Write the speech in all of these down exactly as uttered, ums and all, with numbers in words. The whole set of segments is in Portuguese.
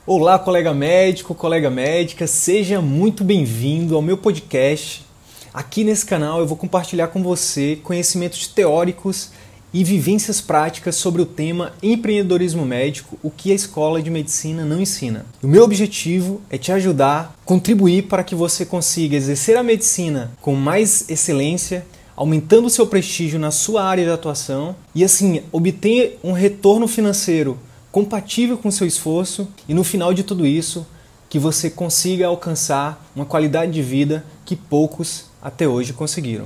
Olá, colega médico, colega médica, seja muito bem-vindo ao meu podcast. Aqui nesse canal eu vou compartilhar com você conhecimentos teóricos e vivências práticas sobre o tema empreendedorismo médico, o que a escola de medicina não ensina. O meu objetivo é te ajudar, contribuir para que você consiga exercer a medicina com mais excelência, aumentando o seu prestígio na sua área de atuação e assim obter um retorno financeiro compatível com o seu esforço e no final de tudo isso, que você consiga alcançar uma qualidade de vida que poucos até hoje conseguiram.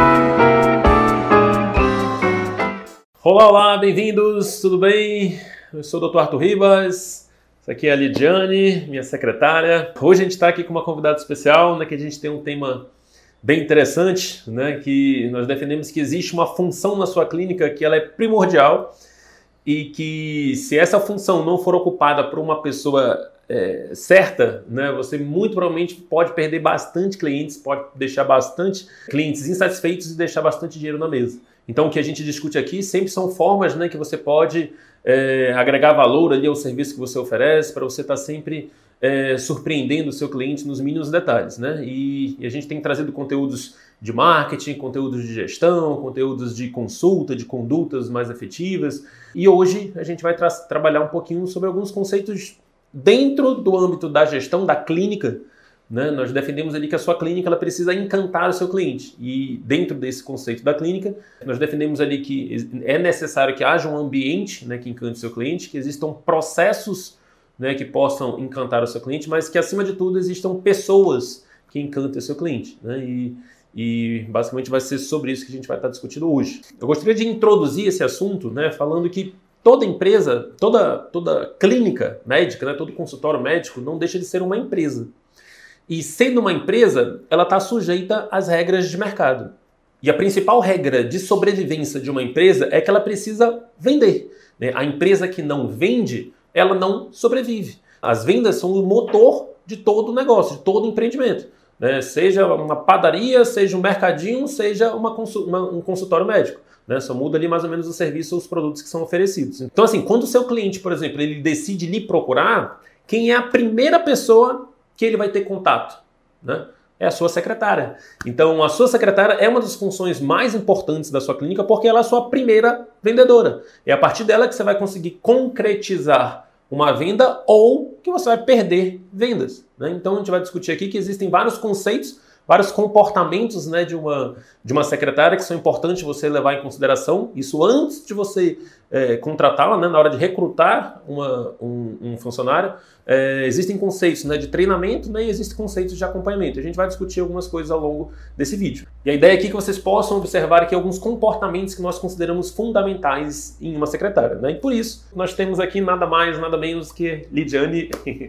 Olá, olá, bem-vindos, tudo bem? Eu sou o doutor Arthur Ribas, essa aqui é a Lidiane, minha secretária. Hoje a gente está aqui com uma convidada especial, né, que a gente tem um tema bem interessante, né, que nós defendemos que existe uma função na sua clínica que ela é primordial, e que se essa função não for ocupada por uma pessoa é, certa, né, você muito provavelmente pode perder bastante clientes, pode deixar bastante clientes insatisfeitos e deixar bastante dinheiro na mesa. Então o que a gente discute aqui sempre são formas, né, que você pode é, agregar valor ali ao serviço que você oferece, para você estar sempre é, surpreendendo o seu cliente nos mínimos detalhes, né? E, e a gente tem trazido conteúdos de marketing, conteúdos de gestão, conteúdos de consulta, de condutas mais efetivas. E hoje a gente vai tra trabalhar um pouquinho sobre alguns conceitos dentro do âmbito da gestão da clínica, né? Nós defendemos ali que a sua clínica ela precisa encantar o seu cliente. E dentro desse conceito da clínica, nós defendemos ali que é necessário que haja um ambiente, né, que encante o seu cliente, que existam processos, né, que possam encantar o seu cliente, mas que acima de tudo existam pessoas que encantem o seu cliente, né? E E basicamente vai ser sobre isso que a gente vai estar discutindo hoje. Eu gostaria de introduzir esse assunto, né, falando que toda empresa, toda, toda clínica médica, né, todo consultório médico não deixa de ser uma empresa. E sendo uma empresa, ela está sujeita às regras de mercado. E a principal regra de sobrevivência de uma empresa é que ela precisa vender, né? A empresa que não vende, ela não sobrevive. As vendas são o motor de todo o negócio, de todo o empreendimento. Né, seja uma padaria, seja um mercadinho, seja uma consul uma, um consultório médico. Né, só muda ali mais ou menos o serviço ou os produtos que são oferecidos. Então assim, quando o seu cliente, por exemplo, ele decide lhe procurar, quem é a primeira pessoa que ele vai ter contato? Né? É a sua secretária. Então a sua secretária é uma das funções mais importantes da sua clínica porque ela é a sua primeira vendedora. É a partir dela que você vai conseguir concretizar uma venda ou que você vai perder vendas, né? Então a gente vai discutir aqui que existem vários conceitos, vários comportamentos, né, de, uma, de uma secretária que são importantes você levar em consideração, isso antes de você é, contratá-la, né, na hora de recrutar uma, um, um funcionário. É, existem conceitos, né, de treinamento, né, e existem conceitos de acompanhamento. A gente vai discutir algumas coisas ao longo desse vídeo. E a ideia aqui é que vocês possam observar aqui alguns comportamentos que nós consideramos fundamentais em uma secretária, né? E por isso nós temos aqui nada mais, nada menos que Lidiane.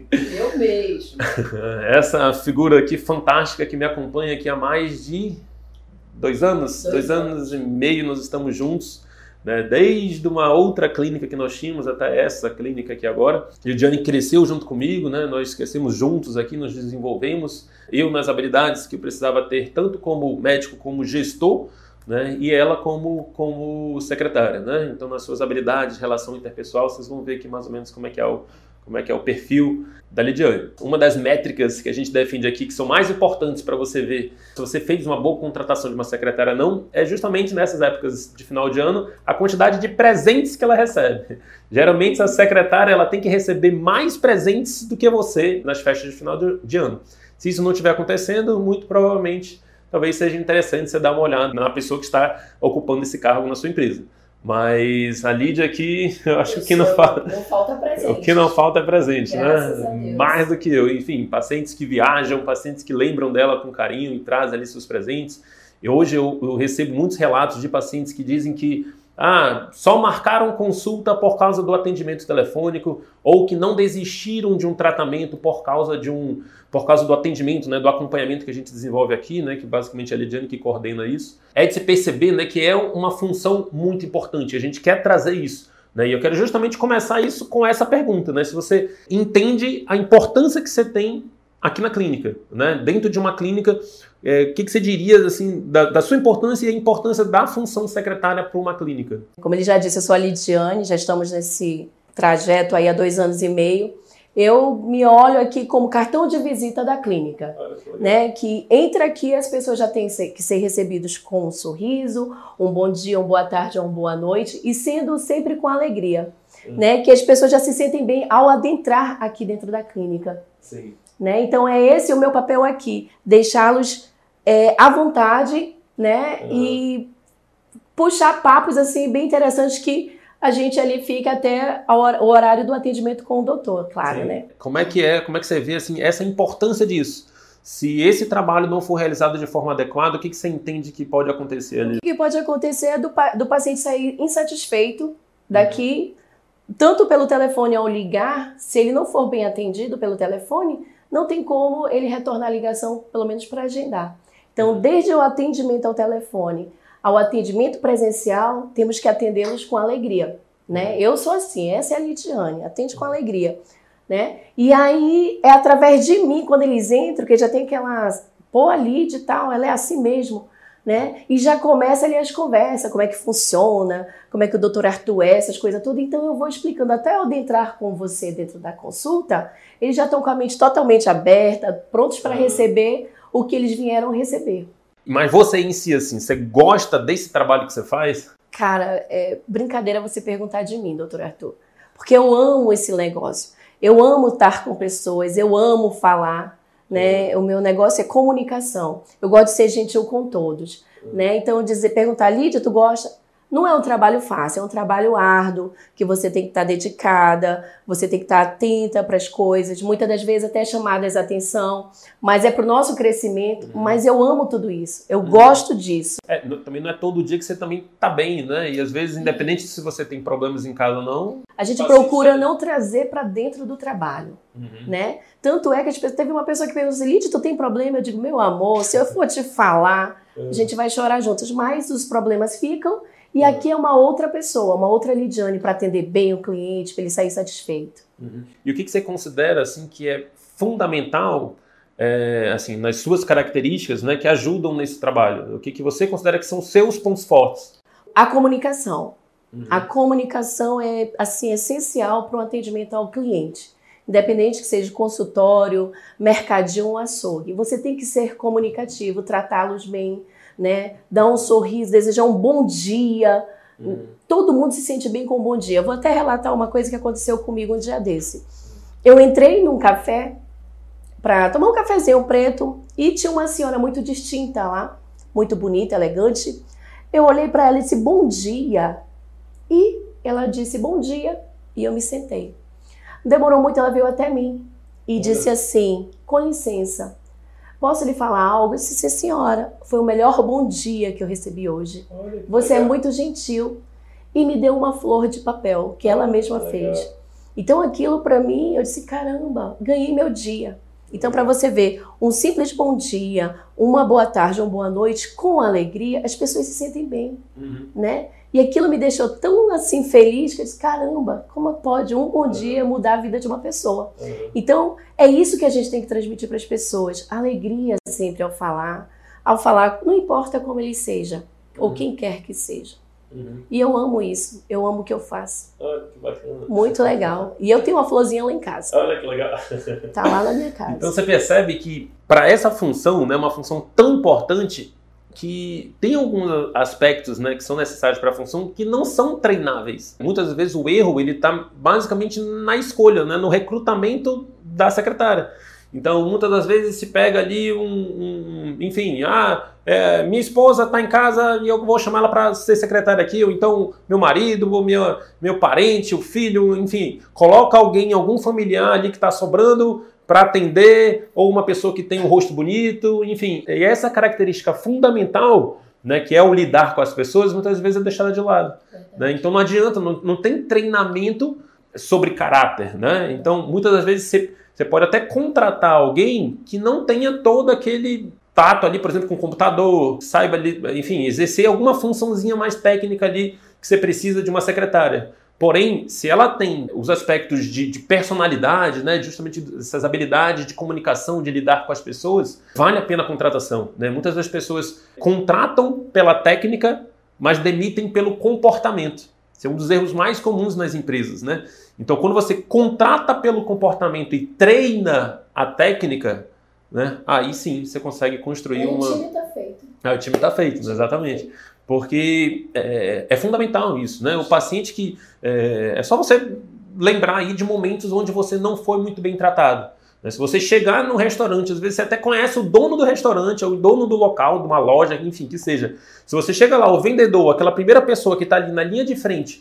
Eu mesmo. Essa figura aqui fantástica que me acompanha aqui há mais de dois anos, dois, dois anos. anos e meio nós estamos juntos. Né, desde uma outra clínica que nós tínhamos até essa clínica aqui agora. Lidiane cresceu junto comigo, né, nós crescemos juntos aqui, nos desenvolvemos, eu nas habilidades que eu precisava ter, tanto como médico como gestor, né, e ela como, como secretária. Né? Então nas suas habilidades, relação interpessoal, vocês vão ver aqui mais ou menos como é que é o, como é que é o perfil da Lidiane. Uma das métricas que a gente defende aqui, que são mais importantes para você ver se você fez uma boa contratação de uma secretária ou não, é justamente nessas épocas de final de ano, a quantidade de presentes que ela recebe. Geralmente a secretária ela tem que receber mais presentes do que você nas festas de final de ano. Se isso não estiver acontecendo, muito provavelmente talvez seja interessante você dar uma olhada na pessoa que está ocupando esse cargo na sua empresa. Mas a Lídia aqui, eu acho eu que não, fa... não falta presente. O que não falta é presente, Graças né? Mais do que eu. Enfim, pacientes que viajam, pacientes que lembram dela com carinho e trazem ali seus presentes. E hoje eu, eu recebo muitos relatos de pacientes que dizem que ah, só marcaram consulta por causa do atendimento telefônico ou que não desistiram de um tratamento por causa de um, por causa do atendimento, né, do acompanhamento que a gente desenvolve aqui, né, que basicamente é a Lidiane que coordena isso. É de se perceber, né, que é uma função muito importante, a gente quer trazer isso. Né, e eu quero justamente começar isso com essa pergunta, né, se você entende a importância que você tem aqui na clínica, né? Dentro de uma clínica, o é, que, que você diria assim, da, da sua importância e a importância da função secretária para uma clínica? Como ele já disse, eu sou a Lidiane, já estamos nesse trajeto aí há dois anos e meio. Eu me olho aqui como cartão de visita da clínica, né? Que entra aqui, as pessoas já têm que ser recebidos com um sorriso, um bom dia, uma boa tarde, uma boa noite, e sendo sempre com alegria, uhum. né? Que as pessoas já se sentem bem ao adentrar aqui dentro da clínica. Sim. Né? Então é esse o meu papel aqui, deixá-los é, à vontade, né? Uhum. E puxar papos assim bem interessantes que a gente ali fica até o horário do atendimento com o doutor, claro, Sim. né? Como é que é, como é que você vê assim, essa importância disso? Se esse trabalho não for realizado de forma adequada, o que, que você entende que pode acontecer ali? O que pode acontecer é do, do paciente sair insatisfeito daqui, uhum. tanto pelo telefone ao ligar, se ele não for bem atendido pelo telefone, não tem como ele retornar a ligação, pelo menos para agendar. Então, uhum. desde o atendimento ao telefone ao atendimento presencial, temos que atendê-los com alegria, né? Eu sou assim, essa é a Lidiane, atende com alegria, né? E aí, é através de mim, quando eles entram, que já tem aquela, pô, a Lid e tal, ela é assim mesmo, né? E já começa ali as conversas, como é que funciona, como é que o doutor Arthur é, essas coisas tudo. Então, eu vou explicando, até eu entrar com você dentro da consulta, eles já estão com a mente totalmente aberta, prontos para receber o que eles vieram receber. Mas você em si, assim, você gosta desse trabalho que você faz? Cara, é brincadeira você perguntar de mim, doutor Arthur. Porque eu amo esse negócio. Eu amo estar com pessoas, eu amo falar, né? Uhum. O meu negócio é comunicação. Eu gosto de ser gentil com todos, uhum. né? Então, dizer, perguntar, Lídia, tu gosta? Não é um trabalho fácil, é um trabalho árduo, que você tem que estar dedicada, você tem que estar atenta para as coisas, muitas das vezes até chamadas a atenção, mas é para o nosso crescimento, uhum. mas eu amo tudo isso, eu uhum. gosto disso. É, também não é todo dia que você também está bem, né? E às vezes, independente se você tem problemas em casa ou não... A gente procura isso. não trazer para dentro do trabalho, uhum. né? Tanto é que as pessoas, teve uma pessoa que perguntou assim, Lídia, tu tem problema? Eu digo, meu amor, se eu for te falar, uhum. a gente vai chorar juntos, mas os problemas ficam. E aqui é uma outra pessoa, uma outra Lidiane para atender bem o cliente, para ele sair satisfeito. Uhum. E o que, que você considera assim, que é fundamental é, assim, nas suas características, né, que ajudam nesse trabalho? O que, que você considera que são seus pontos fortes? A comunicação. Uhum. A comunicação é assim, essencial para o atendimento ao cliente. Independente que seja consultório, mercadinho ou açougue. Você tem que ser comunicativo, tratá-los bem, né? Dar um sorriso, desejar um bom dia. Uhum. Todo mundo se sente bem com um bom dia. Eu vou até relatar uma coisa que aconteceu comigo um dia desse. Eu entrei num café para tomar um cafezinho preto e tinha uma senhora muito distinta lá, muito bonita, elegante. Eu olhei para ela e disse bom dia. E ela disse bom dia e eu me sentei. Demorou muito, ela veio até mim e disse assim, com licença, posso lhe falar algo? Eu disse, sim, senhora, foi o melhor bom dia que eu recebi hoje. Você é muito gentil. E me deu uma flor de papel, que ela mesma fez. Então aquilo para mim, eu disse, caramba, ganhei meu dia. Então para você ver, um simples bom dia, uma boa tarde, uma boa noite, com alegria, as pessoas se sentem bem, uhum. né? E aquilo me deixou tão assim feliz que eu disse, caramba, como pode um bom dia mudar a vida de uma pessoa? Uhum. Então, é isso que a gente tem que transmitir para as pessoas. Alegria sempre ao falar. Ao falar, não importa como ele seja, uhum. ou quem quer que seja. Uhum. E eu amo isso, eu amo o que eu faço. Olha que bacana. Muito legal. E eu tenho uma florzinha lá em casa. Olha que legal. Tá lá na minha casa. Então você percebe que para essa função, né, uma função tão importante, que tem alguns aspectos, né, que são necessários para a função que não são treináveis. Muitas vezes o erro ele está basicamente na escolha, né, no recrutamento da secretária. Então, muitas das vezes se pega ali um, um enfim, ah, é, minha esposa está em casa e eu vou chamar ela para ser secretária aqui, ou então meu marido, ou meu, meu parente, o filho, enfim, coloca alguém, algum familiar ali que está sobrando para atender, ou uma pessoa que tem um rosto bonito, enfim. E essa característica fundamental, né, que é o lidar com as pessoas, muitas vezes é deixada de lado. Né? Então não adianta, não, não tem treinamento sobre caráter. Né? Então muitas das vezes você, você pode até contratar alguém que não tenha todo aquele tato ali, por exemplo, com o computador, saiba ali, enfim, exercer alguma funçãozinha mais técnica ali que você precisa de uma secretária. Porém, se ela tem os aspectos de, de personalidade, né, justamente essas habilidades de comunicação, de lidar com as pessoas, vale a pena a contratação. Né? Muitas das pessoas contratam pela técnica, mas demitem pelo comportamento. Esse é um dos erros mais comuns nas empresas, né? Então, quando você contrata pelo comportamento e treina a técnica, né? Aí sim você consegue construir aí uma... o time está feito. Aí o time está feito, né? Exatamente. Porque é, é fundamental isso, né? O paciente que... É, é só você lembrar aí de momentos onde você não foi muito bem tratado. Né? Se você chegar no restaurante, às vezes você até conhece o dono do restaurante, ou o dono do local, de uma loja, enfim, que seja. Se você chega lá, o vendedor, aquela primeira pessoa que está ali na linha de frente,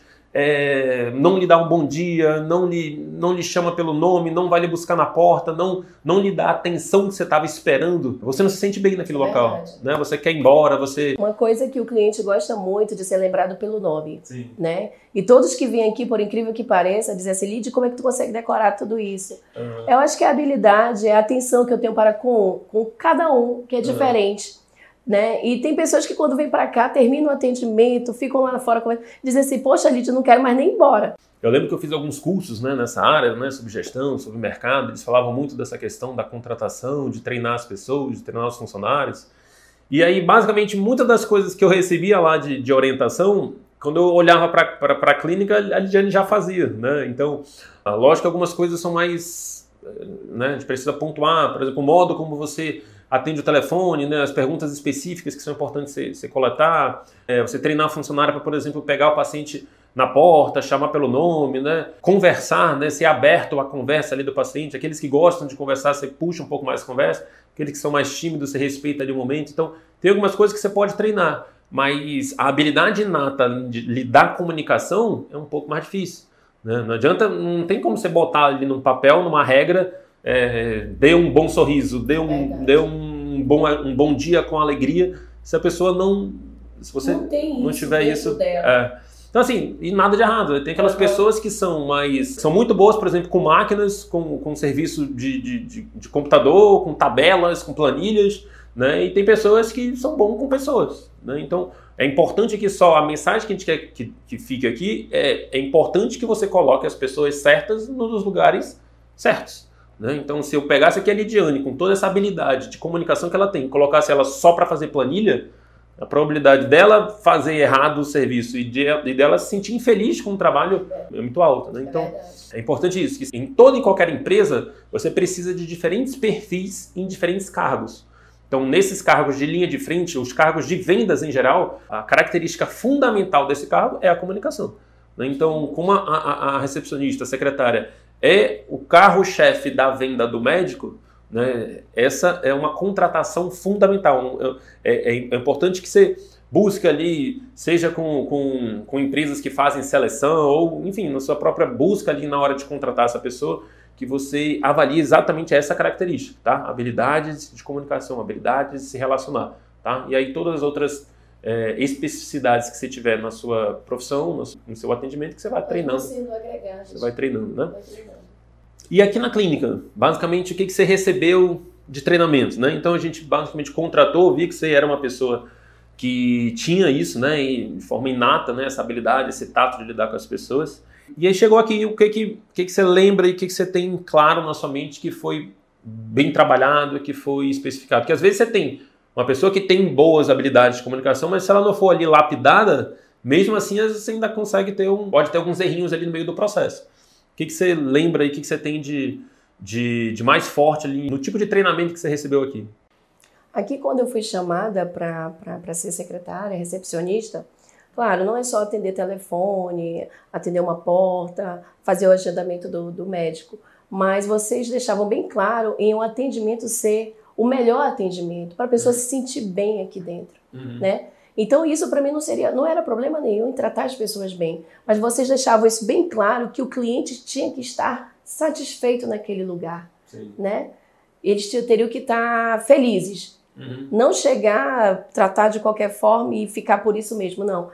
É, não lhe dá um bom dia, não lhe, não lhe chama pelo nome, não vai lhe buscar na porta, não, não lhe dá a atenção que você estava esperando, você não se sente bem naquele é local, né? Você quer ir embora, você... Uma coisa que o cliente gosta muito de ser lembrado pelo nome, Sim. né? E todos que vêm aqui, por incrível que pareça, dizem assim, Lídia, como é que tu consegue decorar tudo isso? Uhum. Eu acho que a habilidade, é a atenção que eu tenho para com, com cada um, que é diferente. Uhum. Né? E tem pessoas que quando vêm para cá, terminam o atendimento, ficam lá fora, dizem assim, poxa, Lídia, eu não quero mais nem ir embora. Eu lembro que eu fiz alguns cursos, né, nessa área, né, sobre gestão, sobre mercado, eles falavam muito dessa questão da contratação, de treinar as pessoas, de treinar os funcionários. E aí, basicamente, muitas das coisas que eu recebia lá de, de orientação, quando eu olhava para a clínica, a Lidiane já fazia. Né? Então, lógico que algumas coisas são mais... Né, a gente precisa pontuar, por exemplo, o modo como você... atende o telefone, né, as perguntas específicas que são importantes você, você coletar, é, você treinar a funcionária para, por exemplo, pegar o paciente na porta, chamar pelo nome, né, conversar, né, ser aberto à conversa ali do paciente, aqueles que gostam de conversar, você puxa um pouco mais a conversa, aqueles que são mais tímidos, você respeita ali o momento. Então, tem algumas coisas que você pode treinar, mas a habilidade inata de lidar com comunicação é um pouco mais difícil. Né? Não adianta, não tem como você botar ali num papel, numa regra, É, dê um bom sorriso, dê um, dê um, bom, um bom dia com alegria, se a pessoa não... Se você não, tem não isso tiver isso... É. Então assim, e nada de errado. Tem aquelas uhum. pessoas que são mais... São muito boas, por exemplo, com máquinas, com, com serviço de, de, de, de computador, com tabelas, com planilhas, né? E tem pessoas que são bons com pessoas. Né? Então, é importante que só a mensagem que a gente quer que, que fique aqui, é, é importante que você coloque as pessoas certas nos lugares certos. Né? Então, se eu pegasse aqui a Lidiane com toda essa habilidade de comunicação que ela tem, colocasse ela só para fazer planilha, a probabilidade dela fazer errado o serviço e, de, e dela se sentir infeliz com o trabalho é muito alta. Né? Então, é importante isso, que em toda e qualquer empresa, você precisa de diferentes perfis em diferentes cargos. Então, nesses cargos de linha de frente, os cargos de vendas em geral, a característica fundamental desse cargo é a comunicação. Né? Então, como a, a, a recepcionista, a secretária, é o carro-chefe da venda do médico, né? Essa é uma contratação fundamental. É, é, é importante que você busque ali, seja com, com, com empresas que fazem seleção, ou, enfim, na sua própria busca ali na hora de contratar essa pessoa, que você avalie exatamente essa característica, tá? Habilidades de comunicação, habilidades de se relacionar, tá? E aí todas as outras é, especificidades que você tiver na sua profissão, no seu atendimento, que você vai treinando. Agregar, você vai treinando, né? Vai treinando. E aqui na clínica, basicamente, o que, que você recebeu de treinamento, né? Então a gente basicamente contratou, vi que você era uma pessoa que tinha isso, né? E de forma inata, né? Essa habilidade, esse tato de lidar com as pessoas. E aí chegou aqui, o que, que, que, que você lembra e o que, que você tem claro na sua mente que foi bem trabalhado, que foi especificado? Porque às vezes você tem uma pessoa que tem boas habilidades de comunicação, mas se ela não for ali lapidada, mesmo assim você ainda consegue ter um... Pode ter alguns errinhos ali no meio do processo. O que, que você lembra e o que, que você tem de, de, de mais forte ali no tipo de treinamento que você recebeu aqui? Aqui, quando eu fui chamada para ser secretária, recepcionista, claro, não é só atender telefone, atender uma porta, fazer o agendamento do, do médico, mas vocês deixavam bem claro em um atendimento ser o melhor atendimento, para a pessoa uhum. se sentir bem aqui dentro, uhum. né? Então isso para mim não seria, não era problema nenhum em tratar as pessoas bem, mas vocês deixavam isso bem claro que o cliente tinha que estar satisfeito naquele lugar, Sim. né? Eles teriam que estar felizes, uhum. não chegar, tratar de qualquer forma e ficar por isso mesmo, não.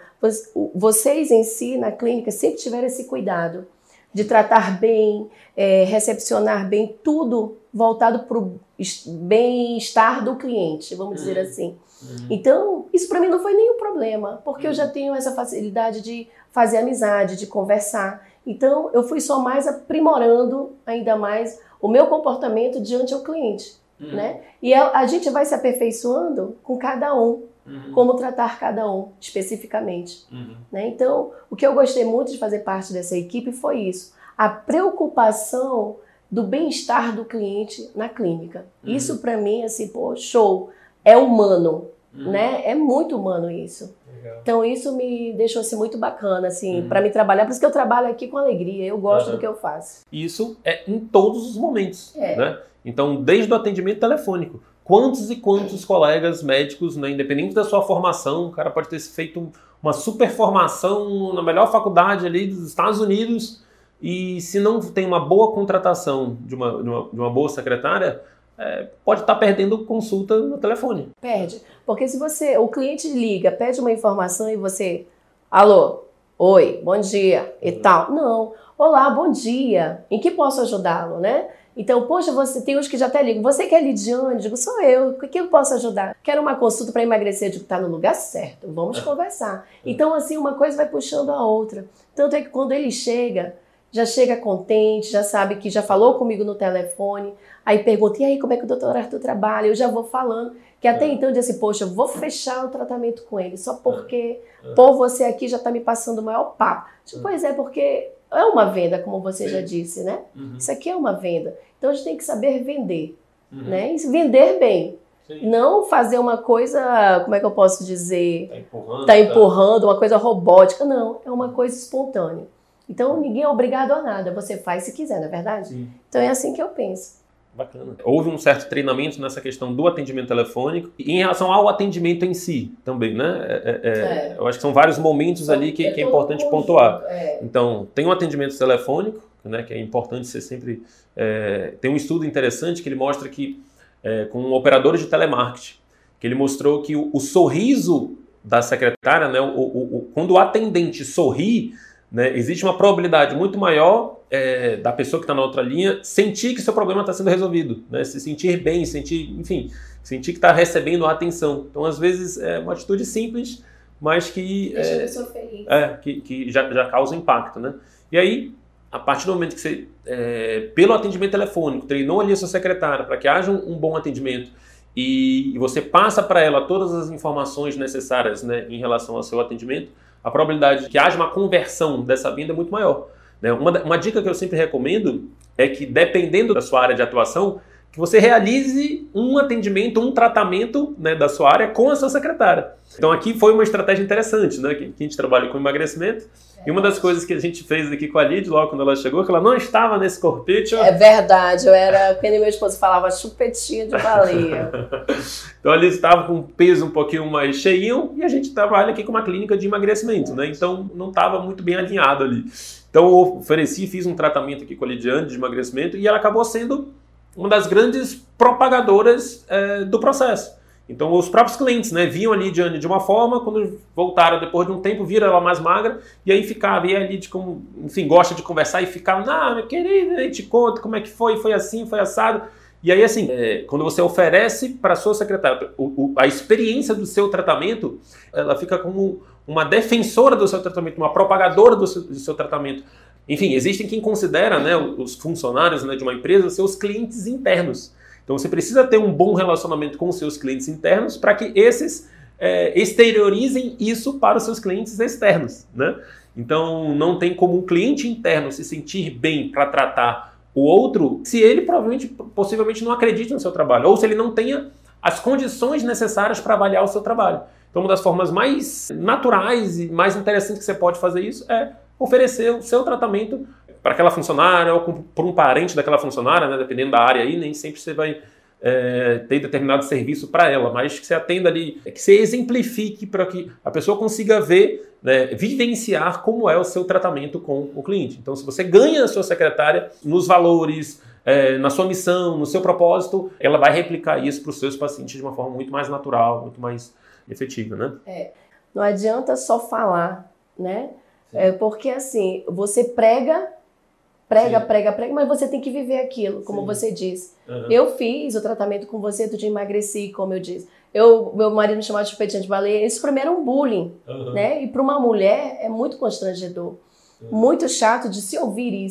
Vocês em si, na clínica, sempre tiveram esse cuidado de tratar bem, é, recepcionar bem, tudo voltado para o bem-estar do cliente, vamos uhum. dizer assim. Uhum. Então, isso para mim não foi nenhum problema, porque uhum. eu já tenho essa facilidade de fazer amizade, de conversar. Então, eu fui só mais aprimorando ainda mais o meu comportamento diante ao cliente, uhum. né? E a, a gente vai se aperfeiçoando com cada um, uhum. como tratar cada um especificamente. Uhum. Né? Então, o que eu gostei muito de fazer parte dessa equipe foi isso, a preocupação do bem-estar do cliente na clínica. Uhum. Isso para mim, assim, pô, show, é humano, uhum. né? É muito humano isso. Legal. Então isso me deixou assim, muito bacana, assim, uhum. para me trabalhar, por isso que eu trabalho aqui com alegria, eu gosto uhum. do que eu faço. Isso é em todos os momentos, é. né? Então, desde o atendimento telefônico, quantos e quantos colegas médicos, né, independente da sua formação, o cara pode ter feito uma super formação na melhor faculdade ali dos Estados Unidos, e se não tem uma boa contratação de uma, de uma, de uma boa secretária, é, pode estar perdendo consulta no telefone. Perde. Porque se você, o cliente liga, pede uma informação e você, alô, oi, bom dia e uhum. tal. Não, olá, bom dia, em que posso ajudá-lo, né? Então, poxa, você tem uns que já até ligam, você que é Lidiane? Eu digo, sou eu, o que eu posso ajudar? Quero uma consulta para emagrecer, eu digo, tá no lugar certo, vamos conversar. Então, assim, uma coisa vai puxando a outra. Tanto é que quando ele chega, já chega contente, já sabe que já falou comigo no telefone, aí pergunta, e aí, como é que o doutor Arthur trabalha? Eu já vou falando, que até é. então eu disse assim, poxa, eu vou fechar o tratamento com ele, só porque, é. por você aqui já tá me passando o maior papo. Tipo, pois é, porque é uma venda, como você Sim. já disse, né? Uhum. Isso aqui é uma venda. Então a gente tem que saber vender, uhum. né? E vender bem. Sim. Não fazer uma coisa, como é que eu posso dizer? Tá empurrando. Tá empurrando, tá. uma coisa robótica. Não, é uma coisa espontânea. Então, ninguém é obrigado a nada. Você faz se quiser, não é verdade? Sim. Então, é assim que eu penso. Bacana. Houve um certo treinamento nessa questão do atendimento telefônico e em relação ao atendimento em si também, né? É, é, é. Eu acho que são vários momentos são, ali que é, que é importante pontuar. É. Então, tem um atendimento telefônico, né, que é importante ser sempre... É, tem um estudo interessante que ele mostra que, é, com operadores de telemarketing, que ele mostrou que o, o sorriso da secretária, né, o, o, o, quando o atendente sorri, né, existe uma probabilidade muito maior é, da pessoa que está na outra linha sentir que seu problema está sendo resolvido, né, se sentir bem, sentir, enfim, sentir que está recebendo a atenção. Então, às vezes, é uma atitude simples, mas que, Deixa é, a pessoa feliz. É, que, que já, já causa impacto. Né? E aí, a partir do momento que você, é, pelo atendimento telefônico, treinou ali a sua secretária para que haja um, um bom atendimento e, e você passa para ela todas as informações necessárias, né, em relação ao seu atendimento, a probabilidade de que haja uma conversão dessa venda é muito maior. Né? Uma, uma dica que eu sempre recomendo é que, dependendo da sua área de atuação, que você realize um atendimento, um tratamento, né, da sua área com a sua secretária. Então aqui foi uma estratégia interessante, né, que, que a gente trabalha com emagrecimento. É. E uma das coisas que a gente fez aqui com a Lid, logo quando ela chegou, que ela não estava nesse corpete. É verdade, eu era, quando meu esposo falava, chupetinha de baleia. Então a Lid estava com um peso um pouquinho mais cheinho e a gente trabalha aqui com uma clínica de emagrecimento, né? Então não estava muito bem alinhado ali. Então eu ofereci, fiz um tratamento aqui com a Lidiane de emagrecimento e ela acabou sendo uma das grandes propagadoras é, do processo. Então os próprios clientes, né, viam a Lidiane de uma forma, quando voltaram depois de um tempo, viram ela mais magra, e aí ficava, e a Lid, como, enfim, gosta de conversar, e ficava, ah, meu querido, aí te conto como é que foi, foi assim, foi assado. E aí, assim, é, quando você oferece para a sua secretária o, o, a experiência do seu tratamento, ela fica como uma defensora do seu tratamento, uma propagadora do seu, do seu tratamento. Enfim, existem quem considera, né, os funcionários, né, de uma empresa seus clientes internos. Então você precisa ter um bom relacionamento com os seus clientes internos para que esses é, exteriorizem isso para os seus clientes externos. Né? Então não tem como um cliente interno se sentir bem para tratar o outro se ele provavelmente, possivelmente não acredite no seu trabalho ou se ele não tenha as condições necessárias para avaliar o seu trabalho. Então uma das formas mais naturais e mais interessantes que você pode fazer isso é oferecer o seu tratamento para aquela funcionária ou para um parente daquela funcionária, né? Dependendo da área aí, nem sempre você vai é, ter determinado serviço para ela, mas que você atenda ali, que você exemplifique para que a pessoa consiga ver, né, vivenciar como é o seu tratamento com o cliente. Então, se você ganha a sua secretária nos valores, é, na sua missão, no seu propósito, ela vai replicar isso para os seus pacientes de uma forma muito mais natural, muito mais efetiva, né? É, não adianta só falar, né? É porque assim, você prega, prega, Sim. prega, prega, mas você tem que viver aquilo, como Sim. você disse. Uhum. Eu fiz o tratamento com você, tu te emagreci, como eu disse. Eu, meu marido me chamava de chupetinha de baleia, isso pra mim era um bullying, uhum. né? E para uma mulher é muito constrangedor, uhum. muito chato de se ouvir isso.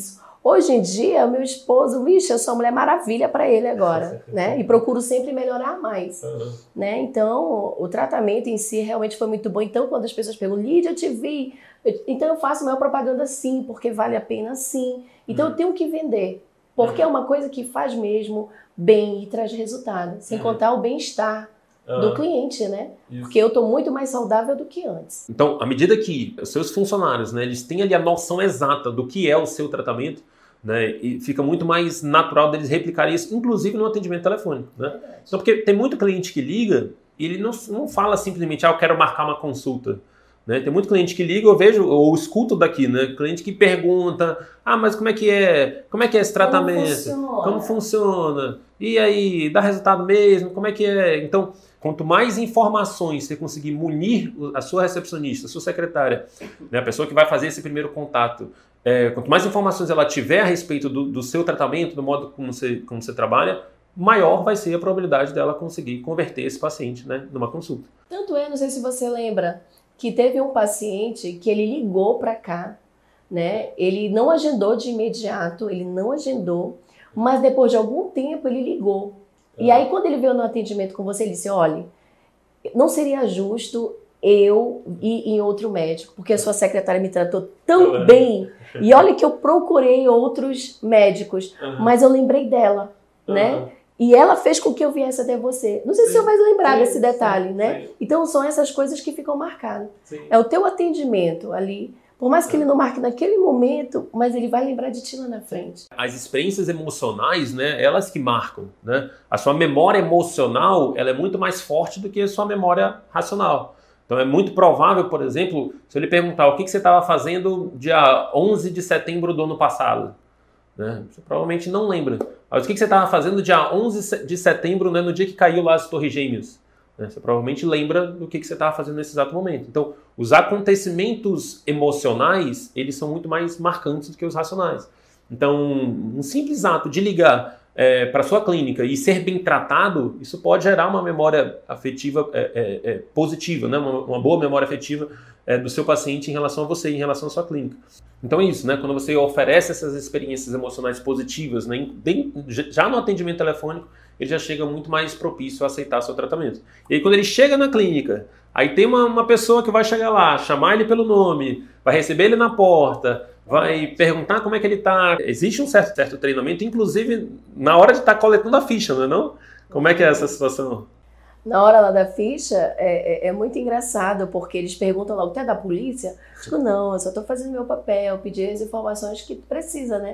Hoje em dia, o meu esposo, vixe, eu sou uma mulher maravilha para ele agora, né? E procuro sempre melhorar mais, uhum. né? Então, o tratamento em si realmente foi muito bom. Então, quando as pessoas perguntam, Lídia, eu te vi. Eu, então, eu faço maior propaganda sim, porque vale a pena sim. Então, uhum. eu tenho que vender, porque uhum. é uma coisa que faz mesmo bem e traz resultado. Sem uhum. contar o bem-estar uhum. do cliente, né? Isso. Porque eu estou muito mais saudável do que antes. Então, à medida que os seus funcionários, né, eles têm ali a noção exata do que é o seu tratamento, né, e fica muito mais natural deles replicarem isso, inclusive no atendimento telefônico. Né? Então, porque tem muito cliente que liga e ele não, não fala simplesmente, ah, eu quero marcar uma consulta. Né? Tem muito cliente que liga, eu vejo, ou escuto daqui, né? Cliente que pergunta, ah, mas como é que é? Como é que é esse tratamento? Como funciona? Como funciona? E aí, dá resultado mesmo? Como é que é? Então, quanto mais informações você conseguir munir a sua recepcionista, a sua secretária, né, a pessoa que vai fazer esse primeiro contato, é, quanto mais informações ela tiver a respeito do, do seu tratamento, do modo como você, como você trabalha, maior vai ser a probabilidade dela conseguir converter esse paciente, né, numa consulta. Tanto é, não sei se você lembra, que teve um paciente que ele ligou para cá, né, ele não agendou de imediato, ele não agendou, mas depois de algum tempo ele ligou. E aí, quando ele veio no atendimento com você, ele disse, olha, não seria justo eu ir em outro médico, porque a sua secretária me tratou tão uhum. bem. E olha que eu procurei outros médicos, uhum. mas eu lembrei dela, uhum. né? E ela fez com que eu viesse até você. Não sei sim. se você vai lembrar sim, desse detalhe, sim, né? Sim. Então, são essas coisas que ficam marcadas. Sim. É o teu atendimento ali. Por mais que ele não marque naquele momento, mas ele vai lembrar de ti lá na frente. As experiências emocionais, né, elas que marcam, né? A sua memória emocional, ela é muito mais forte do que a sua memória racional. Então é muito provável, por exemplo, se eu lhe perguntar o que você estava fazendo dia onze de setembro do ano passado, né? Você provavelmente não lembra. Mas o que você estava fazendo dia onze de setembro, né, no dia que caiu lá as Torres Gêmeas? Você provavelmente lembra do que você estava fazendo nesse exato momento. Então, os acontecimentos emocionais, eles são muito mais marcantes do que os racionais. Então, um simples ato de ligar é, para a sua clínica e ser bem tratado, isso pode gerar uma memória afetiva é, é, é, positiva, né? uma, uma boa memória afetiva é, do seu paciente em relação a você, em relação à sua clínica. Então é isso, né? Quando você oferece essas experiências emocionais positivas, né? bem, já no atendimento telefônico, ele já chega muito mais propício a aceitar seu tratamento. E aí quando ele chega na clínica, aí tem uma, uma pessoa que vai chegar lá, chamar ele pelo nome, vai receber ele na porta, vai perguntar como é que ele está. Existe um certo, certo treinamento, inclusive na hora de estar tá coletando a ficha, não é não? Como é que é essa situação? Na hora lá da ficha, é, é, é muito engraçado, porque eles perguntam logo, tu é da polícia? Eu digo, não, eu só estou fazendo meu papel, pedir as informações que precisa, né?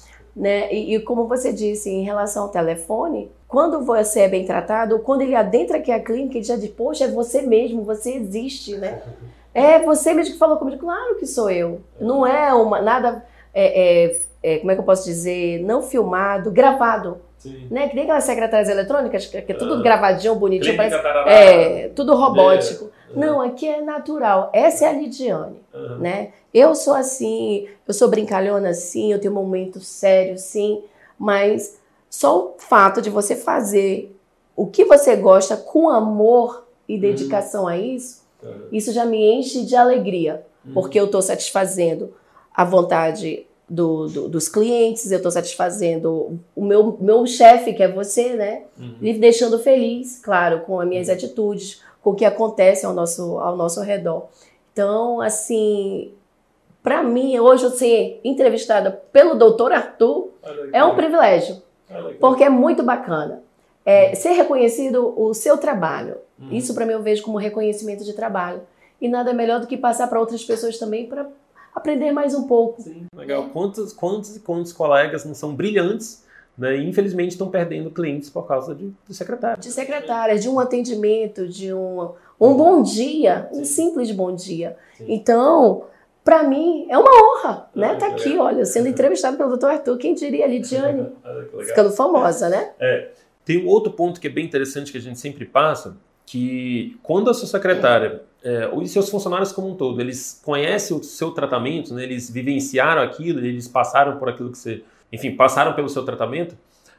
Né? E, e como você disse, em relação ao telefone, quando você é bem tratado, quando ele adentra aqui a clínica, ele já diz, poxa, é você mesmo, você existe, né? É você mesmo que falou comigo. Claro que sou eu. Não é uma, nada, é, é, é, como é que eu posso dizer, não filmado, gravado. Sim. Né? Que nem aquelas secretárias eletrônicas, que é tudo ah. gravadinho, bonitinho, parece, é, tudo robótico. É. Não, aqui é natural. Essa é a Lidiane, uhum. né? Eu sou assim, eu sou brincalhona sim, eu tenho um momento sério sim, mas só o fato de você fazer o que você gosta com amor e dedicação uhum. a isso, uhum. isso já me enche de alegria, uhum. porque eu estou satisfazendo a vontade do, do, dos clientes, eu estou satisfazendo o meu, meu chefe, que é você, né? Uhum. E deixando feliz, claro, com as minhas uhum. atitudes, com o que acontece ao nosso, ao nosso redor. Então, assim, para mim, hoje eu ser entrevistada pelo doutor Arthur é um privilégio, porque é muito bacana. É, uhum. Ser reconhecido o seu trabalho, uhum. isso para mim eu vejo como reconhecimento de trabalho. E nada melhor do que passar para outras pessoas também para aprender mais um pouco. Sim, legal. Quantos, quantos e quantos colegas não são brilhantes, né, e infelizmente estão perdendo clientes por causa de, de secretária. De secretária, de um atendimento, de um, um bom dia, um Sim. simples bom dia. Sim. Então, para mim, é uma honra, né? Tá aqui, olha, sendo entrevistado pelo doutor Arthur, quem diria, Lidiane, ficando famosa, né? É. Tem um outro ponto que é bem interessante que a gente sempre passa, que quando a sua secretária é, os seus funcionários como um todo, eles conhecem o seu tratamento, né, eles vivenciaram aquilo, eles passaram por aquilo que você, enfim, passaram pelo seu tratamento,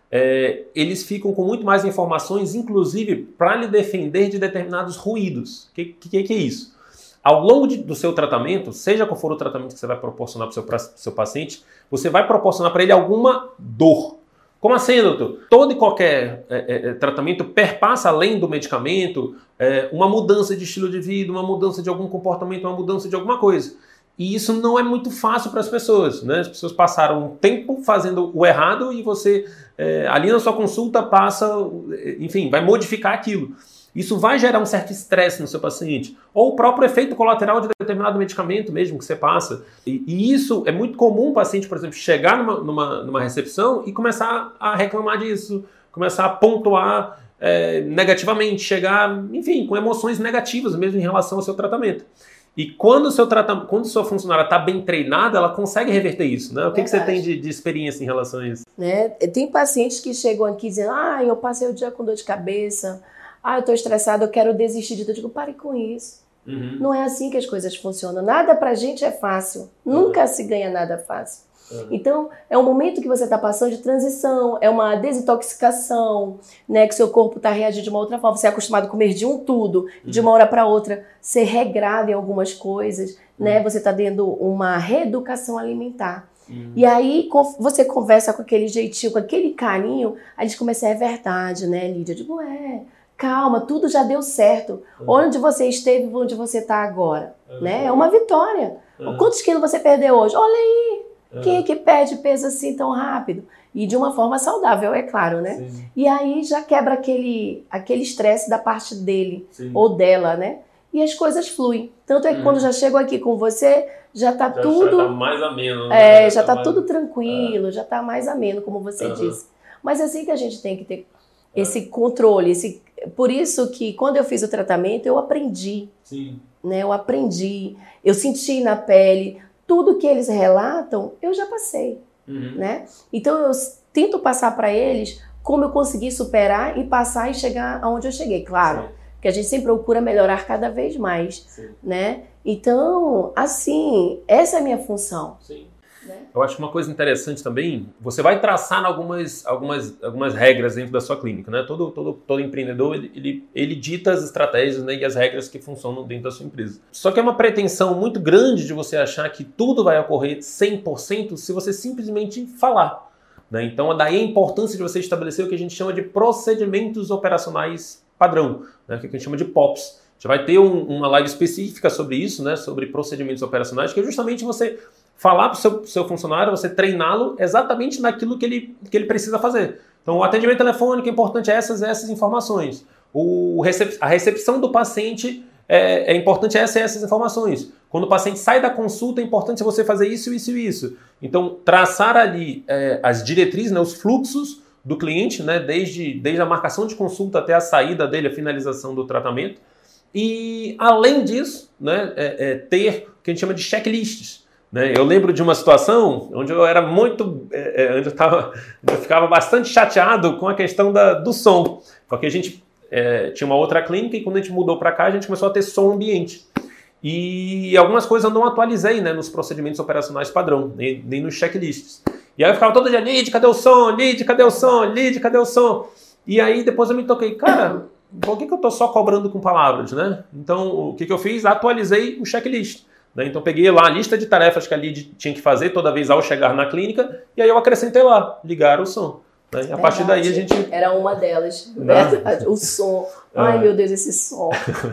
é, eles ficam com muito mais informações, inclusive para lhe defender de determinados ruídos. O que, que, que é isso? ao longo de, do seu tratamento, seja qual for o tratamento que você vai proporcionar para o seu, seu paciente, você vai proporcionar para ele alguma dor. Como assim, doutor? Todo e qualquer é, é, tratamento perpassa, além do medicamento, é, uma mudança de estilo de vida, uma mudança de algum comportamento, uma mudança de alguma coisa. E isso não é muito fácil para as pessoas, né? As pessoas passaram um tempo fazendo o errado e você, é, ali na sua consulta, passa, enfim, vai modificar aquilo. Isso vai gerar um certo estresse no seu paciente. Ou o próprio efeito colateral de determinado medicamento mesmo que você passa. E, e isso é muito comum o paciente, por exemplo, chegar numa, numa, numa recepção e começar a reclamar disso, começar a pontuar é, negativamente, chegar, enfim, com emoções negativas mesmo em relação ao seu tratamento. E quando o seu tratamento, quando a sua funcionária está bem treinada, ela consegue reverter isso, né? O que, que você tem de, de experiência em relação a isso? Né? Tem pacientes que chegam aqui dizendo, ah, eu passei o dia com dor de cabeça, ah, eu estou estressado, eu quero desistir de tudo. Eu digo, pare com isso. Uhum. Não é assim que as coisas funcionam. Nada pra gente é fácil. Uhum. Nunca se ganha nada fácil. Uhum. Então, é um momento que você está passando de transição, é uma desintoxicação, né, que seu corpo está reagindo de uma outra forma. Você é acostumado a comer de um tudo, uhum. de uma hora para outra, ser regrado em algumas coisas, uhum. né? Você está dando uma reeducação alimentar. Uhum. E aí você conversa com aquele jeitinho, com aquele carinho, a gente começa, é verdade, né, Lídia? Eu digo, é... Calma, tudo já deu certo. Uhum. Onde você esteve, onde você está agora. Uhum. Né? É uma vitória. Uhum. Quantos quilos você perdeu hoje? Olha aí. Uhum. Quem é que perde peso assim tão rápido? E de uma forma saudável, é claro, né? Sim. E aí já quebra aquele aquele estresse da parte dele. Sim. Ou dela, né? E as coisas fluem. Tanto é que uhum. quando já chego aqui com você, já está tudo... Já está mais ameno. Né? É, já está tá tudo mais... tranquilo, é. já está mais ameno, como você uhum. disse. Mas é assim que a gente tem que ter esse controle, esse... Por isso que quando eu fiz o tratamento, eu aprendi. Sim. Né? Eu aprendi, eu senti na pele, tudo que eles relatam, eu já passei. Uhum. Né? Então eu tento passar para eles como eu consegui superar e passar e chegar aonde eu cheguei. Claro, sim. que a gente sempre procura melhorar cada vez mais. Sim. Né? Então, assim, essa é a minha função. Sim. Eu acho que uma coisa interessante também, você vai traçar algumas, algumas, algumas regras dentro da sua clínica, né? Todo, todo, todo empreendedor, ele, ele, ele dita as estratégias, né, e as regras que funcionam dentro da sua empresa. Só que é uma pretensão muito grande de você achar que tudo vai ocorrer cem por cento se você simplesmente falar. Né? Então, daí a importância de você estabelecer o que a gente chama de procedimentos operacionais padrão, né? Que a gente chama de P O Ps. A gente vai ter um, uma live específica sobre isso, né? Sobre procedimentos operacionais, que é justamente você... falar para o seu, seu funcionário, você treiná-lo exatamente naquilo que ele, que ele precisa fazer. Então, o atendimento telefônico é importante essas essas informações. O recep a recepção do paciente é, é importante essas essas informações. Quando o paciente sai da consulta, é importante você fazer isso, isso e isso. Então, traçar ali é, as diretrizes, né, os fluxos do cliente, né, desde, desde a marcação de consulta até a saída dele, a finalização do tratamento. E, além disso, né, é, é, ter o que a gente chama de checklists. Eu lembro de uma situação onde eu era muito, é, onde eu, tava, eu ficava bastante chateado com a questão da, do som, porque a gente é, tinha uma outra clínica e quando a gente mudou para cá a gente começou a ter som ambiente. E algumas coisas eu não atualizei, né, nos procedimentos operacionais padrão, nem, nem nos checklists. E aí eu ficava todo dia, Lid, cadê o som? Lid, cadê o som? Lid, cadê o som? E aí depois eu me toquei, cara, por que, que eu estou só cobrando com palavras, né? Então o que, que eu fiz? Atualizei o checklist. Então peguei lá a lista de tarefas que a Lid tinha que fazer toda vez ao chegar na clínica e aí eu acrescentei lá, ligar o som. Né? E a verdade, partir daí a gente... Era uma delas, verdade, o som. Ai, é. Meu Deus, esse som.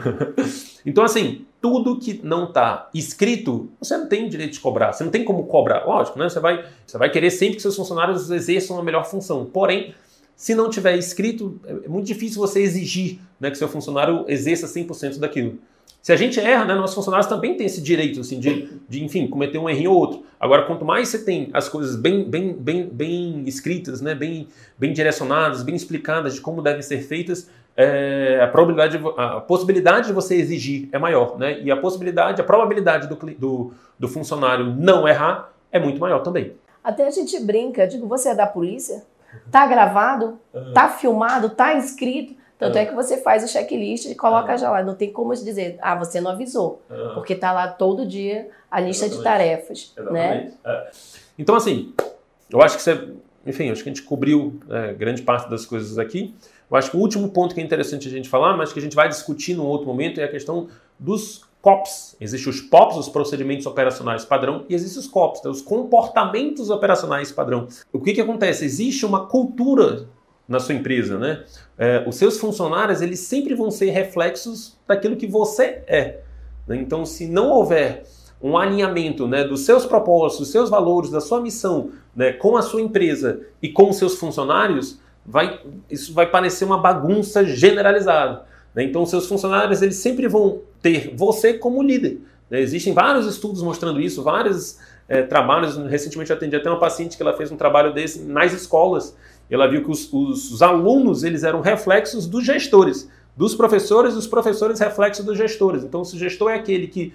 Então assim, tudo que não está escrito, você não tem direito de cobrar, você não tem como cobrar. Lógico, né? Você vai, você vai querer sempre que seus funcionários exerçam a melhor função. Porém, se não tiver escrito, é muito difícil você exigir, né, que seu funcionário exerça cem por cento daquilo. Se a gente erra, né, nossos funcionários também têm esse direito assim, de, de, enfim, cometer um errinho ou outro. Agora, quanto mais você tem as coisas bem, bem, bem, bem escritas, né, bem, bem direcionadas, bem explicadas de como devem ser feitas, é, a, probabilidade, a possibilidade de você exigir é maior. Né, e a possibilidade, a probabilidade do, do, do funcionário não errar é muito maior também. Até a gente brinca, digo, você é da polícia? Tá gravado? Uhum. Tá filmado? Tá escrito? Tanto é que você faz o checklist e coloca ah. já lá. Não tem como dizer, ah, você não avisou. Ah. Porque tá lá todo dia a lista Exatamente. De tarefas. Exatamente. Né? É. Então, assim, eu acho que você... Enfim, acho que a gente cobriu é, grande parte das coisas aqui. Eu acho que o último ponto que é interessante a gente falar, mas que a gente vai discutir num outro momento, é a questão dos C O Ps, existem os P O Ps, os procedimentos operacionais padrão, e existem os C O Ps, os comportamentos operacionais padrão. O que que acontece? Existe uma cultura na sua empresa, né? É, os seus funcionários, eles sempre vão ser reflexos daquilo que você é. Né? Então, se não houver um alinhamento, né, dos seus propósitos, dos seus valores, da sua missão, né, com a sua empresa e com os seus funcionários, vai, isso vai parecer uma bagunça generalizada. Né? Então, os seus funcionários, eles sempre vão ter você como líder. Né? Existem vários estudos mostrando isso, vários é, trabalhos. Recentemente eu atendi até uma paciente que ela fez um trabalho desse nas escolas. Ela viu que os, os, os alunos, eles eram reflexos dos gestores, dos professores, e os professores reflexos dos gestores. Então, se o gestor é aquele que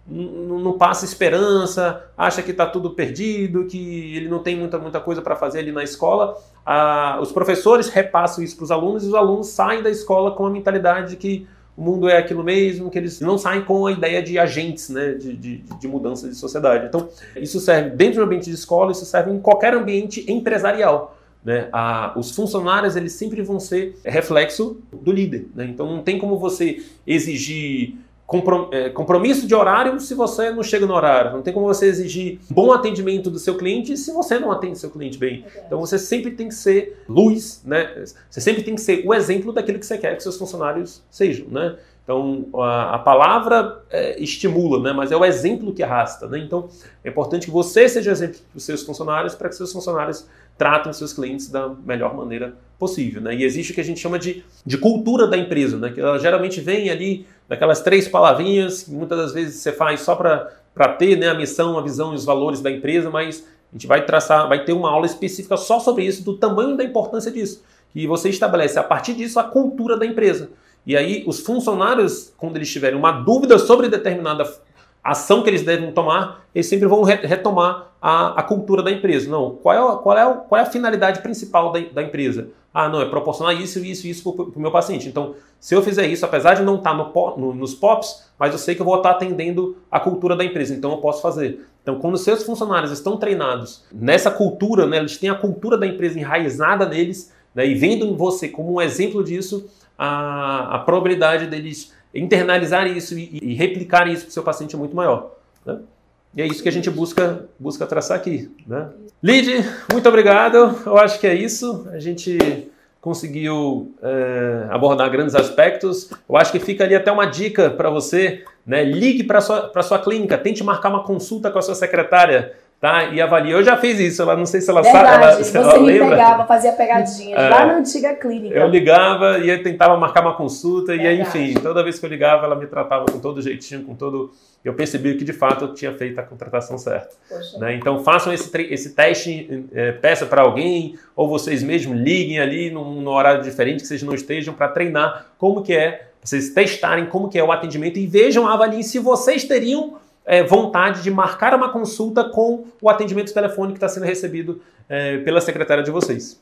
não passa esperança, acha que está tudo perdido, que ele não tem muita, muita coisa para fazer ali na escola, ah, os professores repassam isso para os alunos e os alunos saem da escola com a mentalidade de que o mundo é aquilo mesmo, que eles não saem com a ideia de agentes, né, de, de, de mudança de sociedade. Então, isso serve dentro do ambiente de escola, isso serve em qualquer ambiente empresarial. Né? Ah, os funcionários, eles sempre vão ser reflexo do líder. Né? Então, não tem como você exigir compromisso de horário se você não chega no horário. Não tem como você exigir bom atendimento do seu cliente se você não atende seu cliente bem. Então você sempre tem que ser luz, né? Você sempre tem que ser o exemplo daquilo que você quer que seus funcionários sejam, né? Então a, a palavra é, estimula, né? Mas é o exemplo que arrasta, né? Então é importante que você seja exemplo para os seus funcionários, para que seus funcionários tratem os seus clientes da melhor maneira possível, né? E existe o que a gente chama de, de cultura da empresa, né? Que ela geralmente vem ali daquelas três palavrinhas que muitas das vezes você faz só para ter, né, a missão, a visão e os valores da empresa, mas a gente vai traçar, vai ter uma aula específica só sobre isso, do tamanho e da importância disso. E você estabelece a partir disso a cultura da empresa. E aí os funcionários, quando eles tiverem uma dúvida sobre determinada ação que eles devem tomar, eles sempre vão re retomar a, a cultura da empresa. Não, qual é, qual é, qual é a finalidade principal da, da empresa? Ah, não, é proporcionar isso, isso e isso para o meu paciente. Então, se eu fizer isso, apesar de não estar no, no, nos P O Ps, mas eu sei que eu vou estar atendendo a cultura da empresa, então eu posso fazer. Então, quando os seus funcionários estão treinados nessa cultura, né, eles têm a cultura da empresa enraizada neles, né, e vendo em você como um exemplo disso, a, a probabilidade deles internalizar isso e, e replicar isso para o seu paciente é muito maior. Né? E é isso que a gente busca, busca traçar aqui. Né? Lid, muito obrigado. Eu acho que é isso. A gente conseguiu é, abordar grandes aspectos. Eu acho que fica ali até uma dica para você. Né? Ligue para a sua, para sua clínica, tente marcar uma consulta com a sua secretária. Tá? E avalie. Eu já fiz isso, ela não sei se ela Verdade, sabe. Ela, se você ela me lembra. pegava, fazia pegadinhas É, lá na antiga clínica. Eu ligava e eu tentava marcar uma consulta. Verdade. E aí, enfim, toda vez que eu ligava, ela me tratava com todo jeitinho, com todo. Eu percebi que de fato eu tinha feito a contratação certa. Né? Então façam esse, esse teste, é, peça para alguém, ou vocês mesmos liguem ali num, num horário diferente que vocês não estejam, para treinar como que é, vocês testarem como que é o atendimento e vejam, avaliem se vocês teriam É, vontade de marcar uma consulta com o atendimento telefônico que está sendo recebido é, pela secretária de vocês.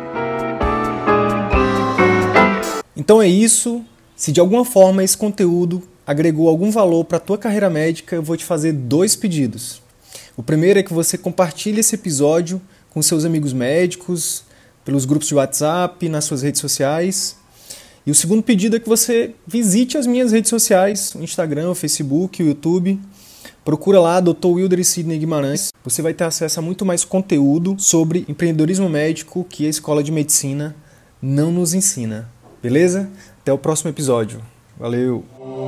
Então é isso. Se de alguma forma esse conteúdo agregou algum valor para a tua carreira médica, eu vou te fazer dois pedidos. O primeiro é que você compartilhe esse episódio com seus amigos médicos, pelos grupos de WhatsApp, nas suas redes sociais. E o segundo pedido é que você visite as minhas redes sociais, o Instagram, o Facebook, o YouTube. Procura lá doutor Wilder e Sidney Guimarães. Você vai ter acesso a muito mais conteúdo sobre empreendedorismo médico que a Escola de Medicina não nos ensina. Beleza? Até o próximo episódio. Valeu!